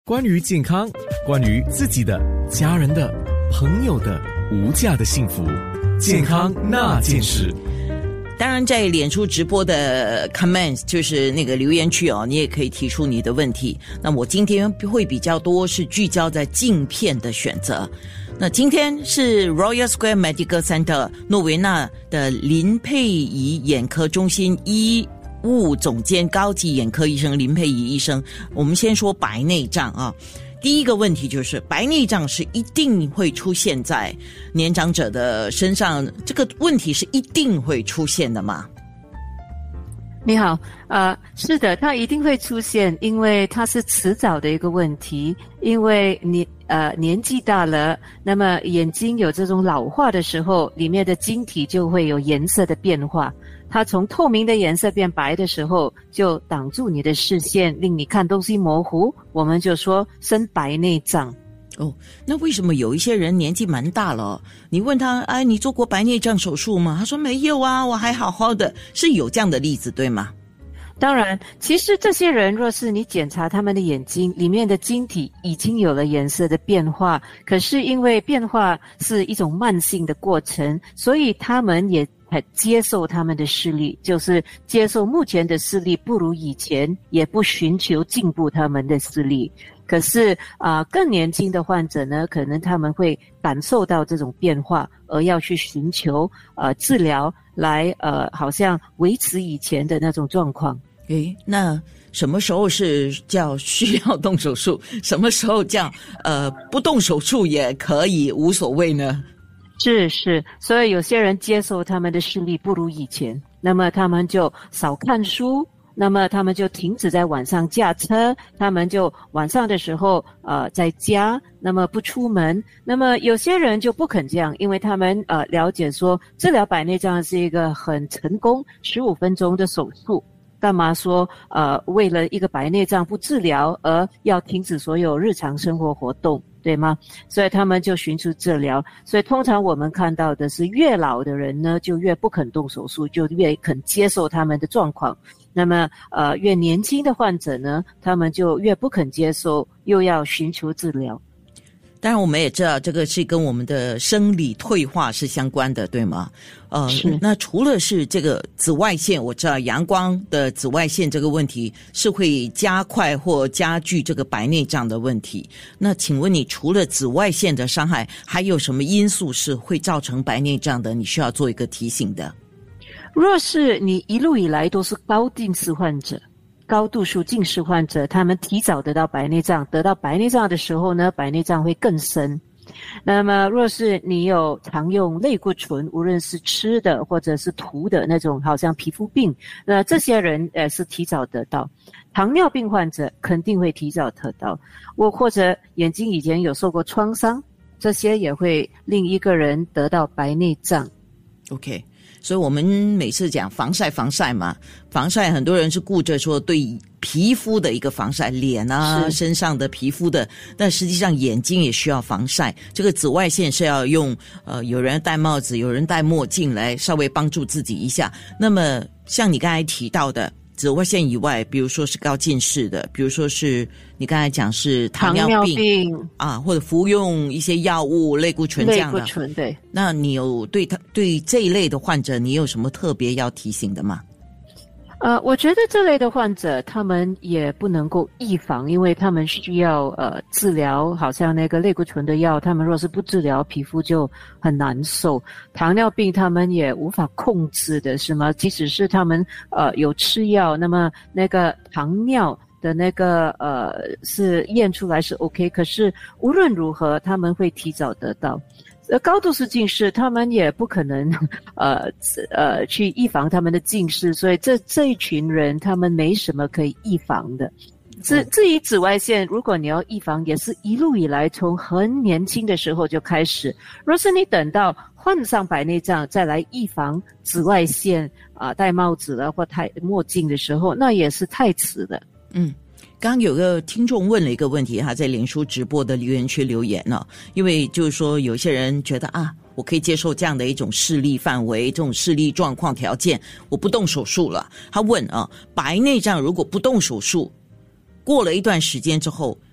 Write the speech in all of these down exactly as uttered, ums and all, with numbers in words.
关于健康，关于自己的、家人的、朋友的无价的幸福，健康那件事。 当然在脸书直播的 comments 就是那个留言区哦，你也可以提出你的问题。那我今天会比较多是聚焦在镜片的选择。那今天是 Royal Square Medical Center 诺维纳的林佩仪眼科中心医务总监高级眼科医生林佩仪医生。我们先说白内障啊。第一个问题就是白内障是一定会出现在年长者的身上，这个问题是一定会出现的吗？ 你好，呃，是的，它一定会出现，因为它是迟早的一个问题，因为你呃年纪大了，那么眼睛有这种老化的时候，里面的晶体就会有颜色的变化。它从透明的颜色变白的时候，就挡住你的视线，令你看东西模糊，我们就说生白内障。 哦，那为什么有一些人年纪蛮大了，你问他，哎，你做过白内障手术吗？他说没有啊，我还好好的，是有这样的例子对吗？ 当然，其实这些人若是你检查他们的眼睛里面的晶体已经有了颜色的变化，可是因为变化是一种慢性的过程，所以他们也接受他们的视力，就是接受目前的视力不如以前，也不寻求进步他们的视力。可是啊、呃，更年轻的患者呢，可能他们会感受到这种变化，而要去寻求呃治疗来呃，好像维持以前的那种状况。 诶，那什么时候是叫需要动手术？什么时候叫呃不动手术也可以无所谓呢？ 是是，所以有些人接受他们的视力不如以前，那么他们就少看书，那么他们就停止在晚上驾车，他们就晚上的时候呃在家，那么不出门。那么有些人就不肯这样，因为他们呃了解说治疗白内障是一个很成功十五分钟的手术，干嘛说呃为了一个白内障不治疗而要停止所有日常生活活动，对吗？所以他们就寻求治疗。所以通常我们看到的是越老的人呢就越不肯动手术，就越肯接受他们的状况。那么呃越年轻的患者呢，他们就越不肯接受，又要寻求治疗。 当然我们也知道这个是跟我们的生理退化是相关的，对吗？呃，那除了是这个紫外线，我知道阳光的紫外线这个问题是会加快或加剧这个白内障的问题。那请问你除了紫外线的伤害，还有什么因素是会造成白内障的？你需要做一个提醒的。 若是你一路以来都是高近视患者，高度数近视患者，他们提早得到白内障，得到白内障的时候呢，白内障会更深。那么若是你有常用类固醇，无论是吃的或者是涂的那种好像皮肤病，那这些人呃是提早得到。糖尿病患者肯定会提早得到，我或者眼睛以前有受过创伤，这些也会令一个人得到白内障。 OK，所以我们每次讲防晒防晒嘛，防晒很多人是顾着说对皮肤的一个防晒，脸啊身上的皮肤的，但实际上眼睛也需要防晒。这个紫外线是要用呃有人戴帽子，有人戴墨镜来稍微帮助自己一下。那么像你刚才提到的紫外线以外，比如说是高近视的，比如说是你刚才讲是糖尿病, 糖尿病啊，或者服用一些药物类固醇这样的。 类固醇，对。 那你有对他对这一类的患者，你有什么特别要提醒的吗？ 呃，我觉得这类的患者他们也不能够预防，因为他们需要呃治疗，好像那个类固醇的药，他们若是不治疗，皮肤就很难受。糖尿病他们也无法控制的，是吗？即使是他们呃有吃药，那么那个糖尿的那个呃是验出来是 OK， 可是无论如何他们会提早得到。呃，高度数近视，他们也不可能，呃呃，去预防他们的近视，所以这这一群人，他们没什么可以预防的。至至于紫外线，如果你要预防，也是一路以来从很年轻的时候就开始。若是你等到患上白内障再来预防紫外线啊、呃，戴帽子了或戴墨镜的时候，那也是太迟了。 嗯。刚刚有个听众问了一个问题，他在脸书直播的留言区留言了、哦，因为就是说有些人觉得啊，我可以接受这样的一种视力范围、这种视力状况条件，我不动手术了。他问啊，白内障如果不动手术，过了一段时间之后，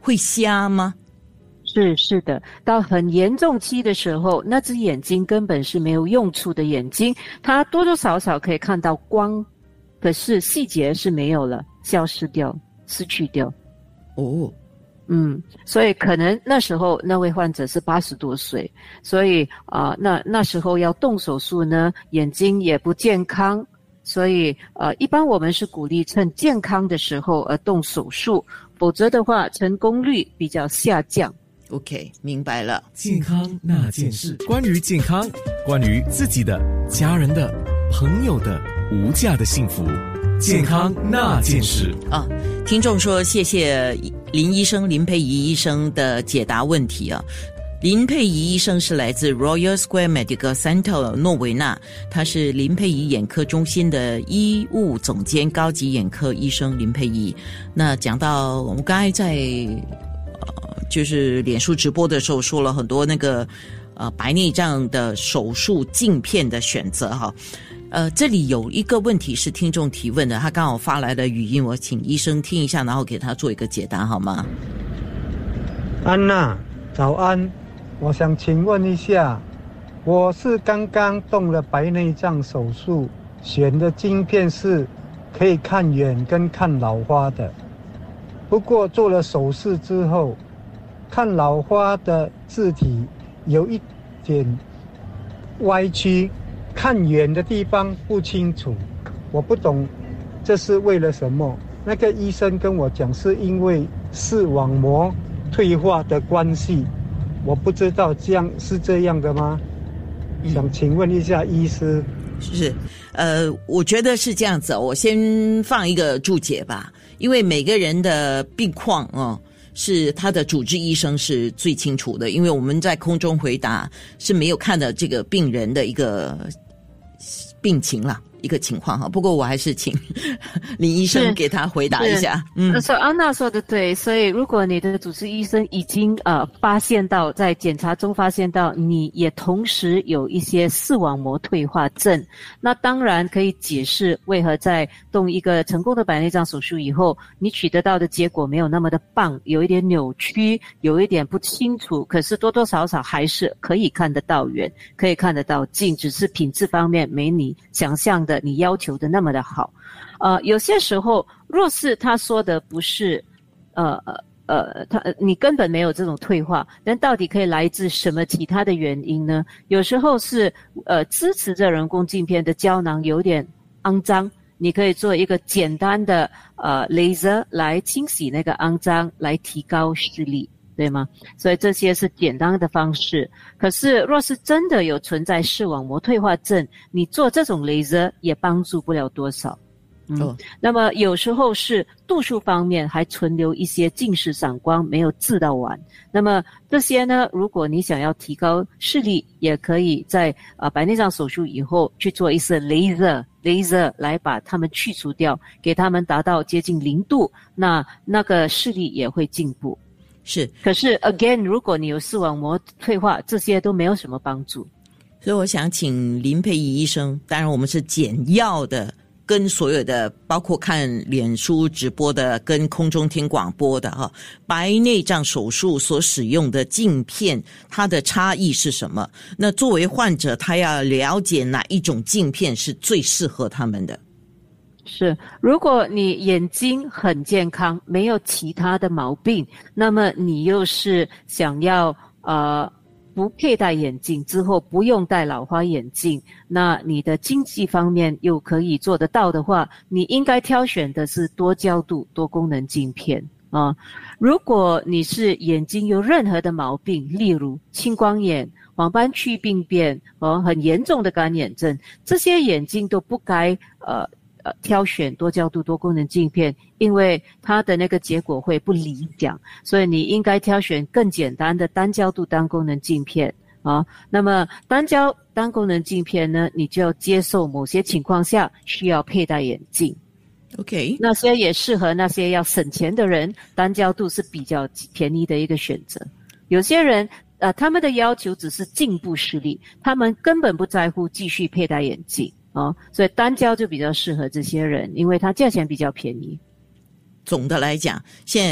会瞎吗？ 是是的，到很严重期的时候，那只眼睛根本是没有用处的眼睛，它多多少少可以看到光，可是细节是没有了，消失掉，失去掉。 哦， 嗯，所以可能那时候那位患者是八十多岁，所以啊、呃，那那时候要动手术呢，眼睛也不健康，所以呃，一般我们是鼓励趁健康的时候而动手术，否则的话成功率比较下降。 OK， 明白了。 健康那件事，关于健康，关于自己的、家人的、朋友的无价的幸福，健康那件事啊，听众说谢谢林医生林佩仪医生的解答问题啊。林佩仪医生是来自 Royal Square Medical Center 诺维纳，他是林佩仪眼科中心的医务总监，高级眼科医生林佩仪。那讲到我们刚才在呃，就是脸书直播的时候说了很多那个呃白内障的手术镜片的选择哈。呃，这里有一个问题是听众提问的，他刚好发来的语音，我请医生听一下，然后给他做一个解答好吗？ 安娜，早安，我想请问一下，我是刚刚动了白内障手术，选的镜片是可以看远跟看老花的。不过做了手术之后，看老花的字体有一点歪曲，看远的地方不清楚，我不懂这是为了什么。那个医生跟我讲是因为视网膜退化的关系，我不知道这样是这样的吗？嗯、想请问一下医师。 是，呃，我觉得是这样子，我先放一个注解吧，因为每个人的病况哦，是他的主治医生是最清楚的，因为我们在空中回答是没有看到这个病人的一个病情啦。一个情况哈，不过我还是请林医生给他回答一下。 嗯，所以安娜说的对，所以如果你的主治医生已经呃发现到，在检查中发现到你也同时有一些视网膜退化症，那当然可以解释为何在动一个成功的白内障手术以后，你取得到的结果没有那么的棒，有一点扭曲，有一点不清楚，可是多多少少还是可以看得到远，可以看得到近，只是品质方面没你想象的你要求的那么的好。呃，有些时候若是他说的不是呃呃他你根本没有这种退化，但到底可以来自什么其他的原因呢？有时候是呃支持着人工镜片的胶囊有点肮脏，你可以做一个简单的呃 laser 来清洗那个肮脏，来提高视力，对吗？所以这些是简单的方式。可是若是真的有存在视网膜退化症，你做这种 laser 也帮助不了多少。嗯，哦、那么有时候是度数方面还存留一些近视散光没有治到完。那么这些呢，如果你想要提高视力，也可以在呃白内障手术以后去做一次 laser laser 来把它们去除掉，给他们达到接近零度，那那个视力也会进步。 是， 可是 again 如果你有视网膜退化，这些都没有什么帮助。 所以我想请林佩仪医生，当然我们是简要的跟所有的包括看脸书直播的跟空中听广播的哈，白内障手术所使用的镜片它的差异是什么？那作为患者他要了解哪一种镜片是最适合他们的。 是，如果你眼睛很健康，没有其他的毛病，那么你又是想要呃不佩戴眼镜之后不用戴老花眼镜，那你的经济方面又可以做得到的话，你应该挑选的是多焦度多功能镜片啊。如果你是眼睛有任何的毛病，例如青光眼、黄斑区病变和很严重的干眼症，这些眼睛都不该呃呃，挑选多焦度多功能镜片，因为它的那个结果会不理想，所以你应该挑选更简单的单焦度单功能镜片啊。那么单焦单功能镜片呢，你就要接受某些情况下需要佩戴眼镜。 OK， 那些也适合那些要省钱的人，单焦度是比较便宜的一个选择。有些人呃，他们的要求只是进步视力，他们根本不在乎继续佩戴眼镜。哦，所以单焦就比较适合这些人，因为它价钱比较便宜。 总的来讲，现在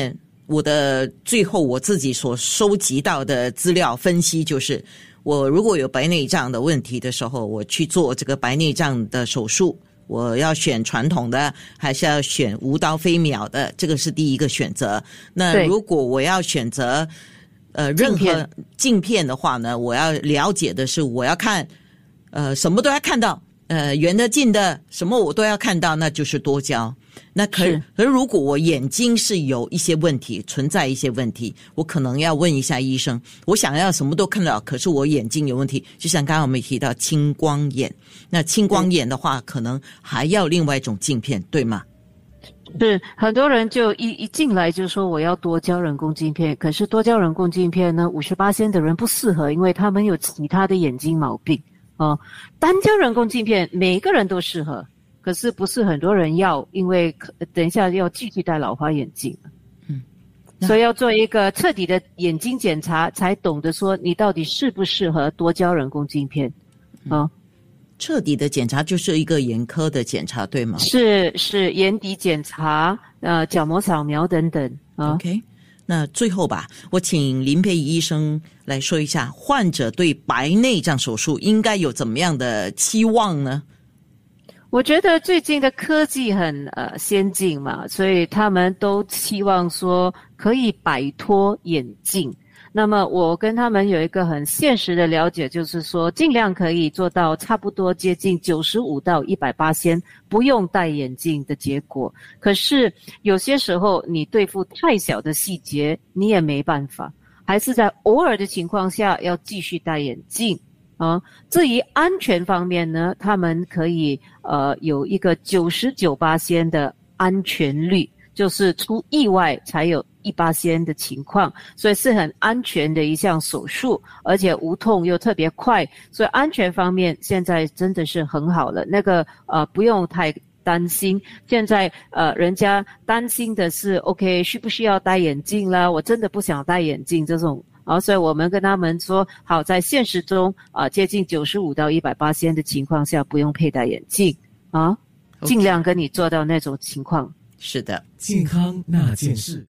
我的最后我自己所收集到的资料分析就是，我如果有白内障的问题的时候，我去做这个白内障的手术，我要选传统的还是要选无刀飞秒的，这个是第一个选择。那如果我要选择呃任何镜片的话呢，我要了解的是我要看呃什么都要看到，呃远的近的什么我都要看到，那就是多焦。那可是可是如果我眼睛是有一些问题，存在一些问题，我可能要问一下医生，我想要什么都看到，可是我眼睛有问题，就像刚刚我们提到青光眼，那青光眼的话可能还要另外一种镜片，对吗？ 是，很多人就一一进来就说我要多焦人工镜片，可是多焦人工镜片呢 百分之五十八 的人不适合，因为他们有其他的眼睛毛病哦。单焦人工镜片每个人都适合，可是不是很多人要，因为等一下要继续戴老花眼镜，嗯，所以要做一个彻底的眼睛检查，才懂得说你到底适不适合多焦人工镜片啊。嗯， 彻底的检查就是一个眼科的检查，对吗？ 是是，眼底检查，呃，角膜扫描等等啊。 OK， 那最后吧，我请林佩仪医生来说一下，患者对白内障手术应该有怎么样的期望呢？ 我觉得最近的科技很呃先进嘛，所以他们都期望说可以摆脱眼镜。那么我跟他们有一个很现实的了解，就是说尽量可以做到差不多接近九十五到一百八十不用戴眼镜的结果。可是有些时候你对付太小的细节你也没办法，还是在偶尔的情况下要继续戴眼镜啊。至于安全方面呢，他们可以呃有一个九十九趴的安全率，就是出意外才有一趴的情况，所以是很安全的一项手术，而且无痛又特别快，所以安全方面现在真的是很好了。那个呃不用太担心。现在呃人家担心的是 OK 需不需要戴眼镜啦，我真的不想戴眼镜这种。啊，所以我们跟他们说，好，在现实中啊，接近九十五到一百八十的情况下，不用佩戴眼镜啊， Okay. 尽量跟你做到那种情况。 是的， 健康那件事。